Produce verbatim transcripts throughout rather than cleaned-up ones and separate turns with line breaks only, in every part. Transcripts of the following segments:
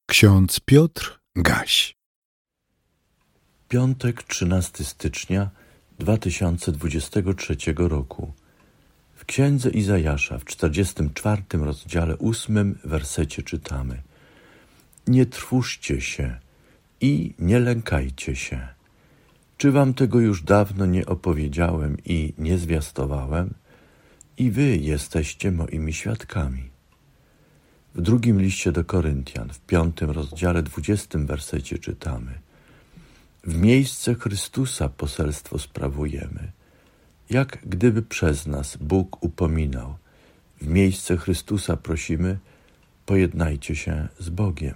Ksiądz Piotr Gaś.
Piątek, trzynastego stycznia dwa tysiące dwudziestego trzeciego roku. W Księdze Izajasza w czterdziestym czwartym rozdziale ósmym wersecie czytamy: Nie trwóżcie się i nie lękajcie się. Czy wam tego już dawno nie opowiedziałem i nie zwiastowałem? I wy jesteście moimi świadkami. W drugim liście do Koryntian, w piątym rozdziale dwudziestym wersecie czytamy: W miejsce Chrystusa poselstwo sprawujemy, jak gdyby przez nas Bóg upominał. W miejsce Chrystusa prosimy, pojednajcie się z Bogiem.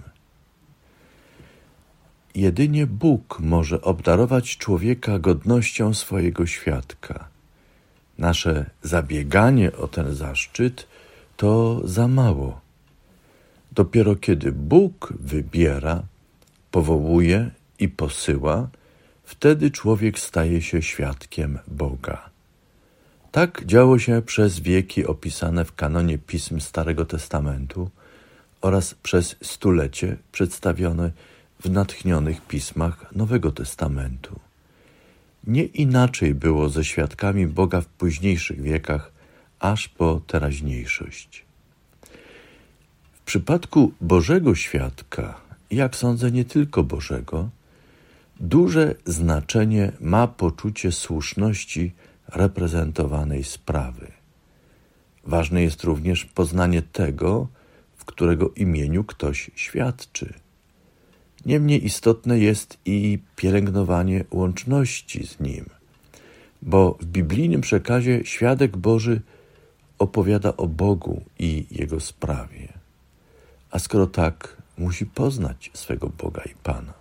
Jedynie Bóg może obdarować człowieka godnością swojego świadka. Nasze zabieganie o ten zaszczyt to za mało. Dopiero kiedy Bóg wybiera, powołuje i posyła, wtedy człowiek staje się świadkiem Boga. Tak działo się przez wieki opisane w kanonie pism Starego Testamentu oraz przez stulecie przedstawione w natchnionych pismach Nowego Testamentu. Nie inaczej było ze świadkami Boga w późniejszych wiekach, aż po teraźniejszość. W przypadku Bożego świadka, jak sądzę nie tylko Bożego, duże znaczenie ma poczucie słuszności reprezentowanej sprawy. Ważne jest również poznanie tego, w którego imieniu ktoś świadczy. Niemniej istotne jest i pielęgnowanie łączności z nim, bo w biblijnym przekazie świadek Boży opowiada o Bogu i Jego sprawie. A skoro tak, musi poznać swego Boga i Pana.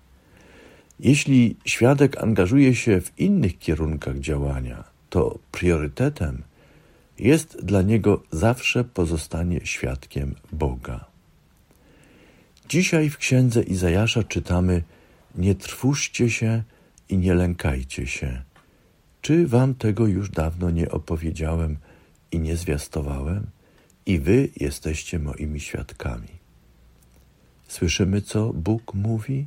Jeśli świadek angażuje się w innych kierunkach działania, to priorytetem jest dla niego zawsze pozostanie świadkiem Boga. Dzisiaj w Księdze Izajasza czytamy: Nie trwóżcie się i nie lękajcie się. Czy wam tego już dawno nie opowiedziałem i nie zwiastowałem? I wy jesteście moimi świadkami. Słyszymy, co Bóg mówi?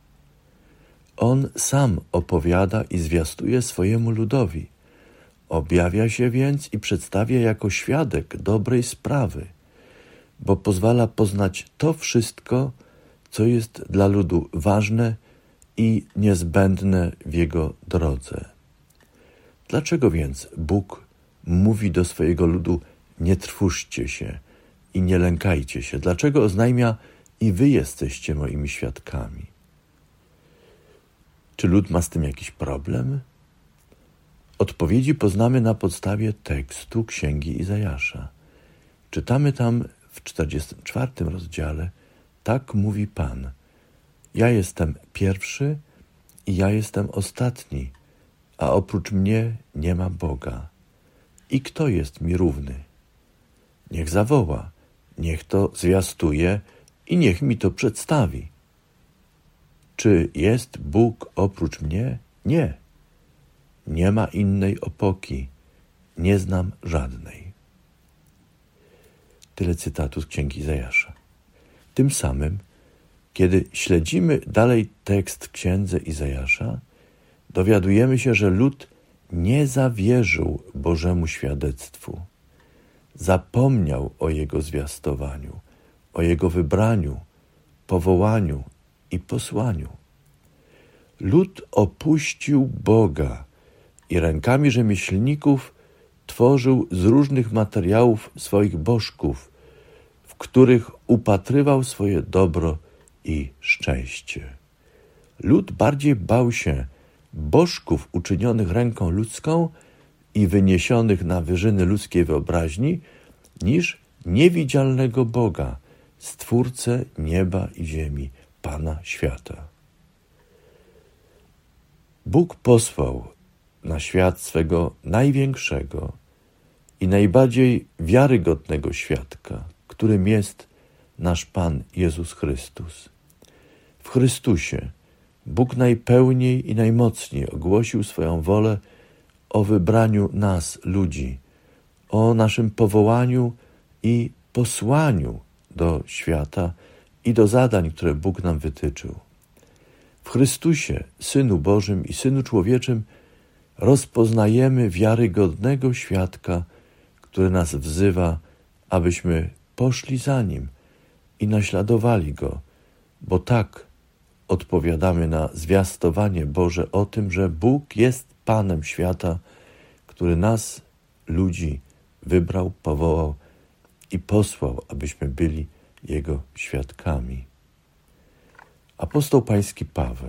On sam opowiada i zwiastuje swojemu ludowi. Objawia się więc i przedstawia jako świadek dobrej sprawy, bo pozwala poznać to wszystko, co jest dla ludu ważne i niezbędne w jego drodze. Dlaczego więc Bóg mówi do swojego ludu: nie trwóżcie się i nie lękajcie się? Dlaczego oznajmia: i wy jesteście moimi świadkami? Czy lud ma z tym jakiś problem? Odpowiedzi poznamy na podstawie tekstu Księgi Izajasza. Czytamy tam w czterdziestym czwartym rozdziale: tak mówi Pan: ja jestem pierwszy i ja jestem ostatni, a oprócz mnie nie ma Boga. I kto jest mi równy? Niech zawoła, niech to zwiastuje i niech mi to przedstawi. Czy jest Bóg oprócz mnie? Nie. Nie ma innej opoki, nie znam żadnej. Tyle cytatu z Księgi Izajasza. Tym samym, kiedy śledzimy dalej tekst w Księdze Izajasza, dowiadujemy się, że lud nie zawierzył Bożemu świadectwu. Zapomniał o Jego zwiastowaniu, o Jego wybraniu, powołaniu i posłaniu. Lud opuścił Boga i rękami rzemieślników tworzył z różnych materiałów swoich bożków, w których upatrywał swoje dobro i szczęście. Lud bardziej bał się bożków uczynionych ręką ludzką i wyniesionych na wyżyny ludzkiej wyobraźni, niż niewidzialnego Boga, Stwórcę nieba i ziemi, Pana świata. Bóg posłał na świat swego największego i najbardziej wiarygodnego świadka, którym jest nasz Pan Jezus Chrystus. W Chrystusie Bóg najpełniej i najmocniej ogłosił swoją wolę o wybraniu nas, ludzi, o naszym powołaniu i posłaniu do świata i do zadań, które Bóg nam wytyczył. W Chrystusie, Synu Bożym i Synu Człowieczym, rozpoznajemy wiarygodnego świadka, który nas wzywa, abyśmy poszli za Nim i naśladowali Go, bo tak odpowiadamy na zwiastowanie Boże o tym, że Bóg jest Panem świata, który nas, ludzi, wybrał, powołał i posłał, abyśmy byli Jego świadkami. Apostoł Pański Paweł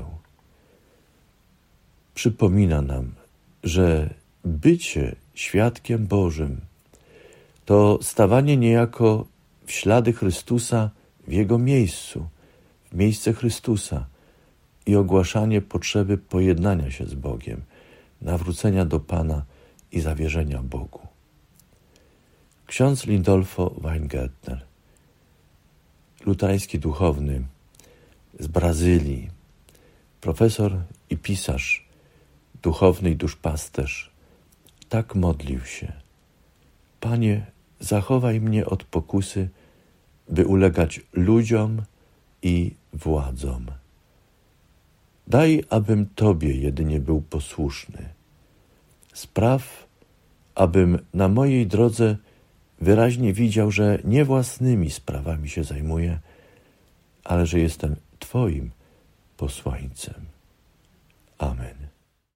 przypomina nam, że bycie świadkiem Bożym to stawanie niejako w ślady Chrystusa w Jego miejscu, w miejsce Chrystusa i ogłaszanie potrzeby pojednania się z Bogiem, nawrócenia do Pana i zawierzenia Bogu. Ksiądz Lindolfo Weingärtner, luterański duchowny z Brazylii, profesor i pisarz, duchowny i duszpasterz, tak modlił się: Panie, zachowaj mnie od pokusy, by ulegać ludziom i władzom. Daj, abym Tobie jedynie był posłuszny. Spraw, abym na mojej drodze wyraźnie widział, że nie własnymi sprawami się zajmuję, ale że jestem Twoim posłańcem. Amen.